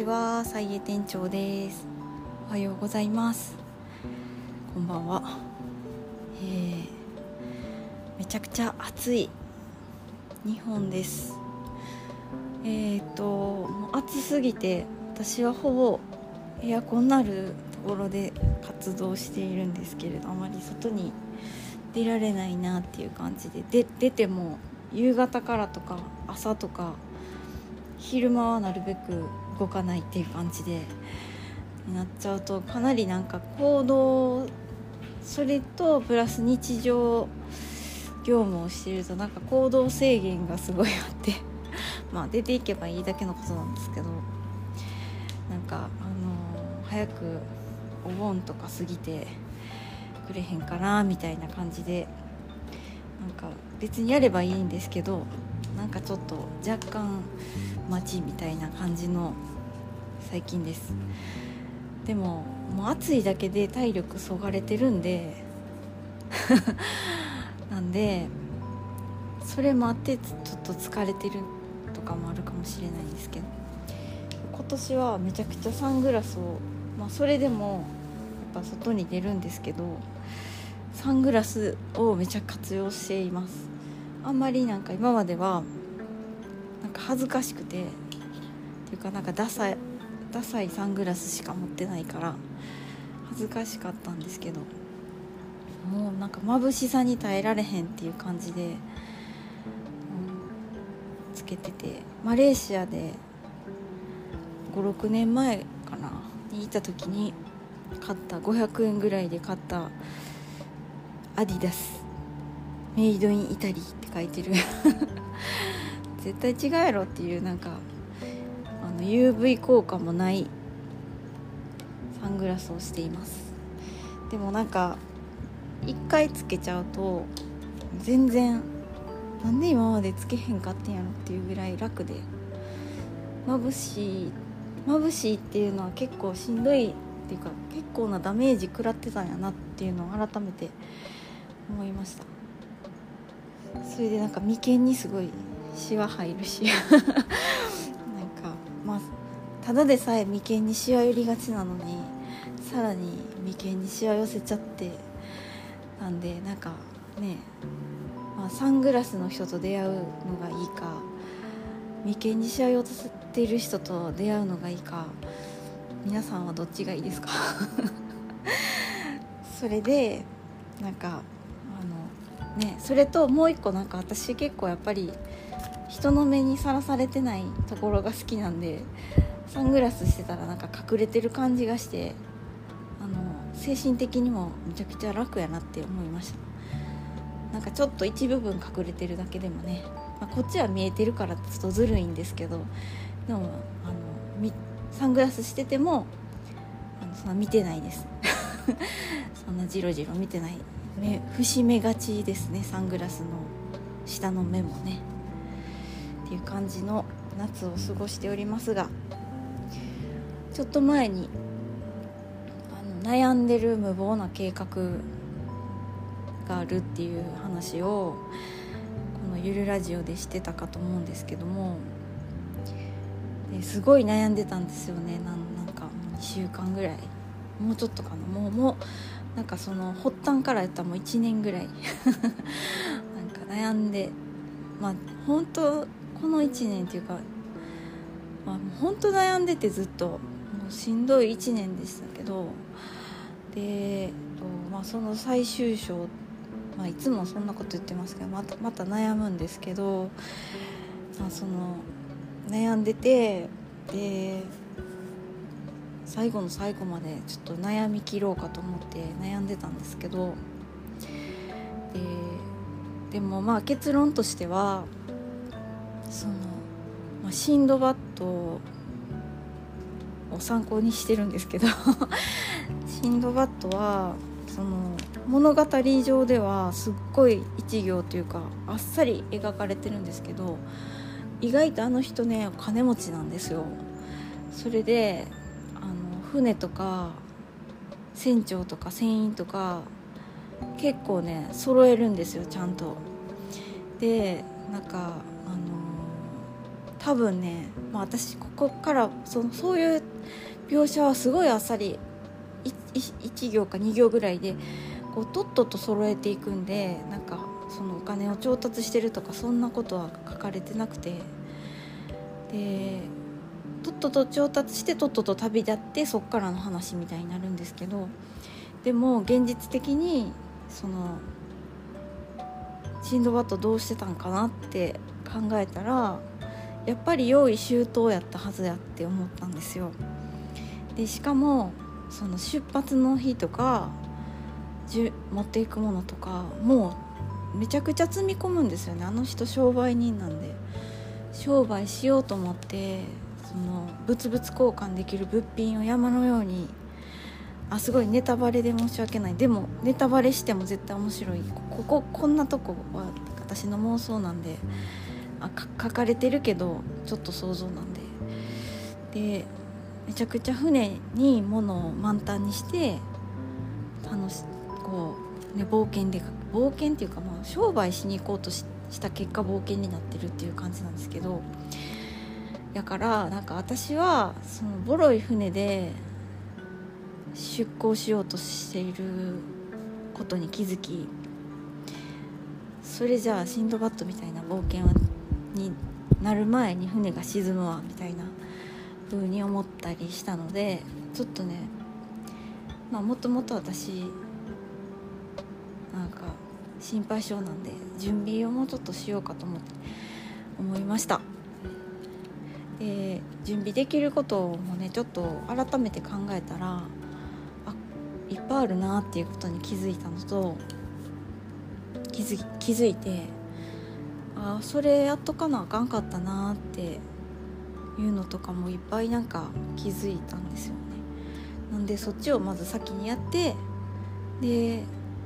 は、さいえ店長です。おはようございます。こんばんは。めちゃくちゃ暑い日本です。もう暑すぎて私はほぼエアコンのあるところで活動しているんですけれど、あまり外に出られないなっていう感じで、出ても夕方からとか朝とか昼間はなるべく動かないっていう感じでになっちゃうと、かなりなんか行動、それとプラス日常業務をしているとなんか行動制限がすごいあってまあ出ていけばいいだけのことなんですけど、なんか早くお盆とか過ぎてくれへんかなみたいな感じで、なんか別にやればいいんですけど、なんかちょっと若干待ちみたいな感じの最近です。でももう暑いだけで体力そがれてるんでなんでそれもあってちょっと疲れてるとかもあるかもしれないんですけど、今年はめちゃくちゃサングラスを、それでもやっぱ外に出るんですけど、サングラスをめちゃ活用しています。あんまりなんか今まではなんか恥ずかしくてっていうか、なんかダサいサングラスしか持ってないから恥ずかしかったんですけど、もうなんか眩しさに耐えられへんっていう感じで、つけてて、マレーシアで 5,6 年前かなにいた時に買った500円ぐらいで買ったアディダスメイドインイタリーって書いてる絶対違うやろっていう、なんかUV 効果もないサングラスをしています。でもなんか一回つけちゃうと全然、なんで今までつけへんかってんやろっていうぐらい楽で、眩しいっていうのは結構しんどいっていうか、結構なダメージ食らってたんやなっていうのを改めて思いました。それでなんか眉間にすごいシワ入るしなんかただでさえ眉間にシワ寄りがちなのに、さらに眉間にシワ寄せちゃって、なんでなんかね、サングラスの人と出会うのがいいか、眉間にシワ寄せてる人と出会うのがいいか、皆さんはどっちがいいですかそれでなんかそれともう一個、なんか私結構やっぱり人の目にさらされてないところが好きなんで、サングラスしてたらなんか隠れてる感じがして、精神的にもめちゃくちゃ楽やなって思いました。なんかちょっと一部分隠れてるだけでもね、こっちは見えてるからちょっとずるいんですけど、でもサングラスしててもそんな見てないですそんなジロジロ見てない、伏目がちですね、サングラスの下の目もねっていう感じの夏を過ごしておりますが、ちょっと前に悩んでる無謀な計画があるっていう話をこのゆるラジオでしてたかと思うんですけども、すごい悩んでたんですよね。なんか2週間ぐらい、もうちょっとかな、もうなんかその発端からやったらもう1年ぐらいなんか悩んで、本当この1年っていうか、本当悩んでて、ずっともうしんどい1年でしたけど、で、その最終章、いつもそんなこと言ってますけど、また悩むんですけど、その悩んでて、で最後の最後までちょっと悩み切ろうかと思って悩んでたんですけど、でも結論としてはシンドバッドを参考にしてるんですけどシンドバッドはその物語上ではすっごい一行というかあっさり描かれてるんですけど、意外とあの人ね、お金持ちなんですよ。それで船とか船長とか船員とか結構ね揃えるんですよ、ちゃんと。でなんか多分ね、私ここからそういう描写はすごいあっさり1行か2行ぐらいでこうとっとと揃えていくんで、なんかそのお金を調達してるとかそんなことは書かれてなくて、でとっとと調達してとっとと旅立ってそっからの話みたいになるんですけど、でも現実的にそのシンドバッドどうしてたんかなって考えたら、やっぱり用意周到やったはずやって思ったんですよ。でしかもその出発の日とか持っていくものとかもうめちゃくちゃ積み込むんですよね。あの人商売人なんで、商売しようと思ってその物々交換できる物品を山のように、すごいネタバレで申し訳ない。でもネタバレしても絶対面白い。こんなとこは私の妄想なんで、書かれてるけどちょっと想像なんで、めちゃくちゃ船に物を満タンにしてこう、ね、冒険っていうか、商売しに行こうとした結果冒険になってるっていう感じなんですけど、だからなんか私はそのボロい船で出港しようとしていることに気づき、それじゃあシンドバッドみたいな冒険になる前に船が沈むわみたいな風に思ったりしたので、ちょっとね、もともと私なんか心配性なんで準備をもうちょっとしようかと思いました。で準備できることもねちょっと改めて考えたら、いっぱいあるなっていうことに気づいたのと、気づいて、それやっとかなあかんかったなっていうのとかもいっぱいなんか気づいたんですよね。なんでそっちをまず先にやって、で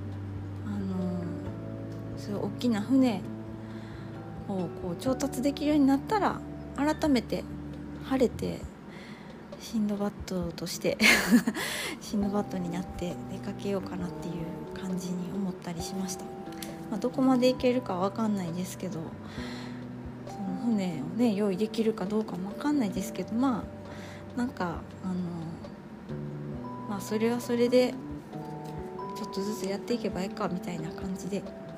そういう大きな船をこう調達できるようになったら、改めて晴れてシンドバッドとしてシンドバッドになって出かけようかなっていう感じに思ったりしました。どこまで行けるか分かんないですけど、その船をね用意できるかどうかも分かんないですけど、なんかそれはそれでちょっとずつやっていけばいいかみたいな感じで、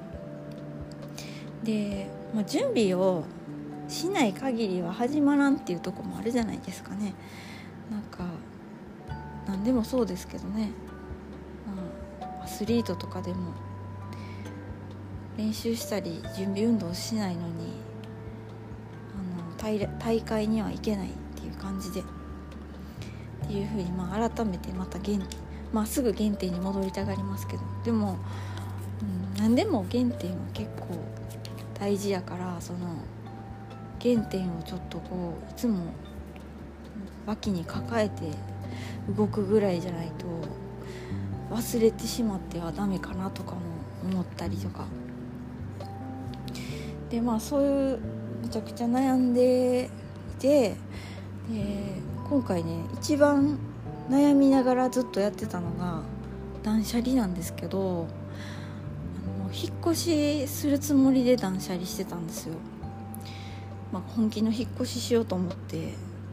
準備をしない限りは始まらんっていうところもあるじゃないですかね。なんか何でもそうですけどね、アスリートとかでも練習したり準備運動しないのに大会には行けないっていう感じでっていう風に改めてまたすぐ原点に戻りたがりますけど、でも、何でも原点は結構大事やから、その原点をちょっとこういつも脇に抱えて動くぐらいじゃないと忘れてしまってはダメかなとかも思ったりとかで、そういうめちゃくちゃ悩んでいて、今回ね一番悩みながらずっとやってたのが断捨離なんですけど、引っ越しするつもりで断捨離してたんですよ。本気の引っ越ししようと思って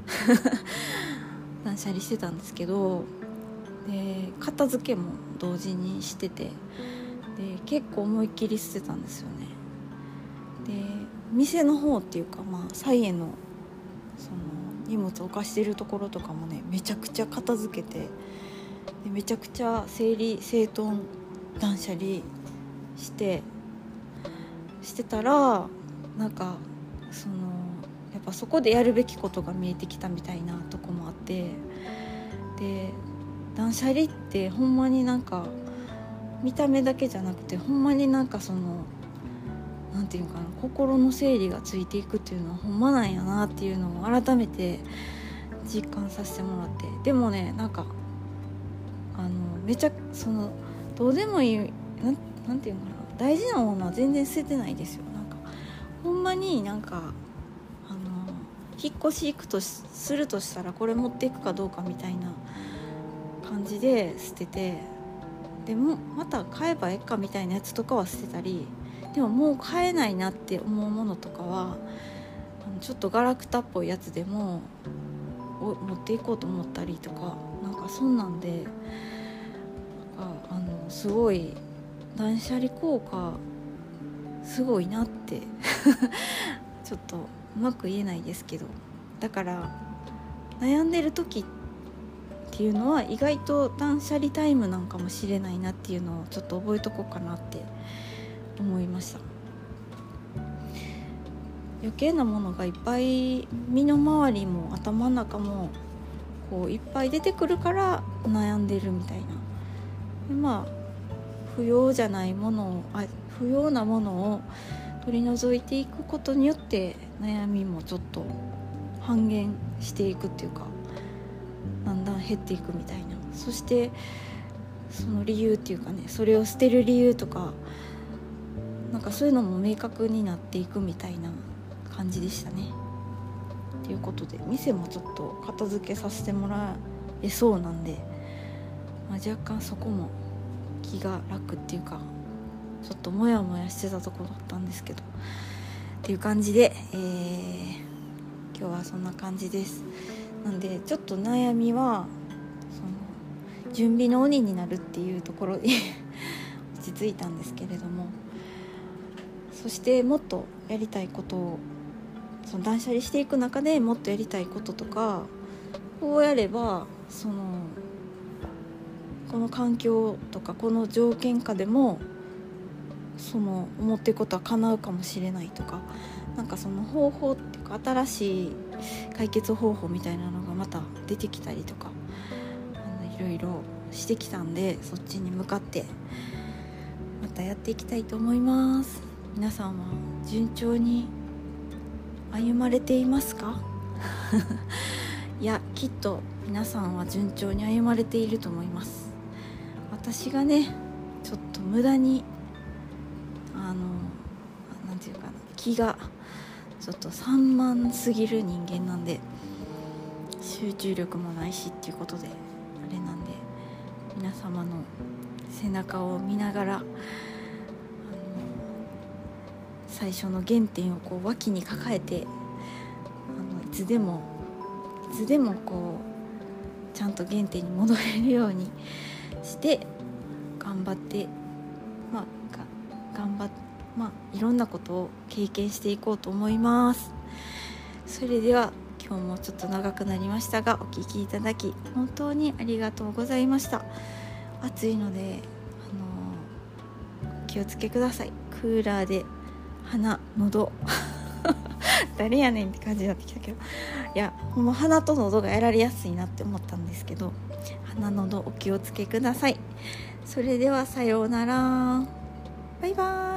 断捨離してたんですけど、で片付けも同時にしてて、で結構思いっきり捨てたんですよね。で店の方っていうか、菜園のその荷物を置かしてるところとかもねめちゃくちゃ片付けて、でめちゃくちゃ整理整頓断捨離してたら、なんかやっぱそこでやるべきことが見えてきたみたいなとこもあって、で断捨離ってほんまになんか見た目だけじゃなくて、ほんまになんかなんていうかな、心の整理がついていくっていうのはほんまなんやなっていうのを改めて実感させてもらって、でもねなんかめちゃどうでもいいなんていうかな、大事なものは全然捨ててないですよ。なんかほんまになんか引っ越し行くとするとしたらこれ持っていくかどうかみたいな感じで捨てて、でもまた買えばいいかみたいなやつとかは捨てたり、でももう買えないなって思うものとかはちょっとガラクタっぽいやつでも持っていこうと思ったりとか、なんかそんなんで、すごい断捨離効果すごいなってちょっとうまく言えないですけど、だから悩んでる時っていうのは意外と断捨離タイムなんかもしれないなっていうのをちょっと覚えとこうかなって思いました。余計なものがいっぱい身の回りも頭の中もこういっぱい出てくるから悩んでるみたいな。でまあ不要じゃないものを不要なものを取り除いていくことによって悩みもちょっと半減していくっていうか、だんだん減っていくみたいな。そしてその理由っていうかね、それを捨てる理由とかなんかそういうのも明確になっていくみたいな感じでしたね。ということで店もちょっと片付けさせてもらえそうなんで、若干そこも気が楽っていうか、ちょっとモヤモヤしてたところだったんですけどっていう感じで、今日はそんな感じです。なんでちょっと悩みはその準備の鬼になるっていうところに落ち着いたんですけれども、そしてもっとやりたいことをその断捨離していく中でもっとやりたいこととか、こうやればこの環境とかこの条件下でもその思っていることは叶うかもしれないとか、なんかその方法っていうか新しい解決方法みたいなのがまた出てきたりとかいろいろしてきたんで、そっちに向かってまたやっていきたいと思います。皆さんは順調に歩まれていますか？いやきっと皆さんは順調に歩まれていると思います。私がねちょっと無駄になんていうかな、気がちょっと散漫すぎる人間なんで、集中力もないしっていうことであれなんで、皆様の背中を見ながら最初の原点をこう脇に抱えていつでもこうちゃんと原点に戻れるようにして頑張っていろんなことを経験していこうと思います。それでは今日もちょっと長くなりましたがお聞きいただき本当にありがとうございました。暑いので気をつけください。クーラーで鼻喉誰やねんって感じになってきたけど、いやほんま鼻と喉がやられやすいなって思ったんですけど、鼻喉お気をつけください。それではさようなら、バイバーイ。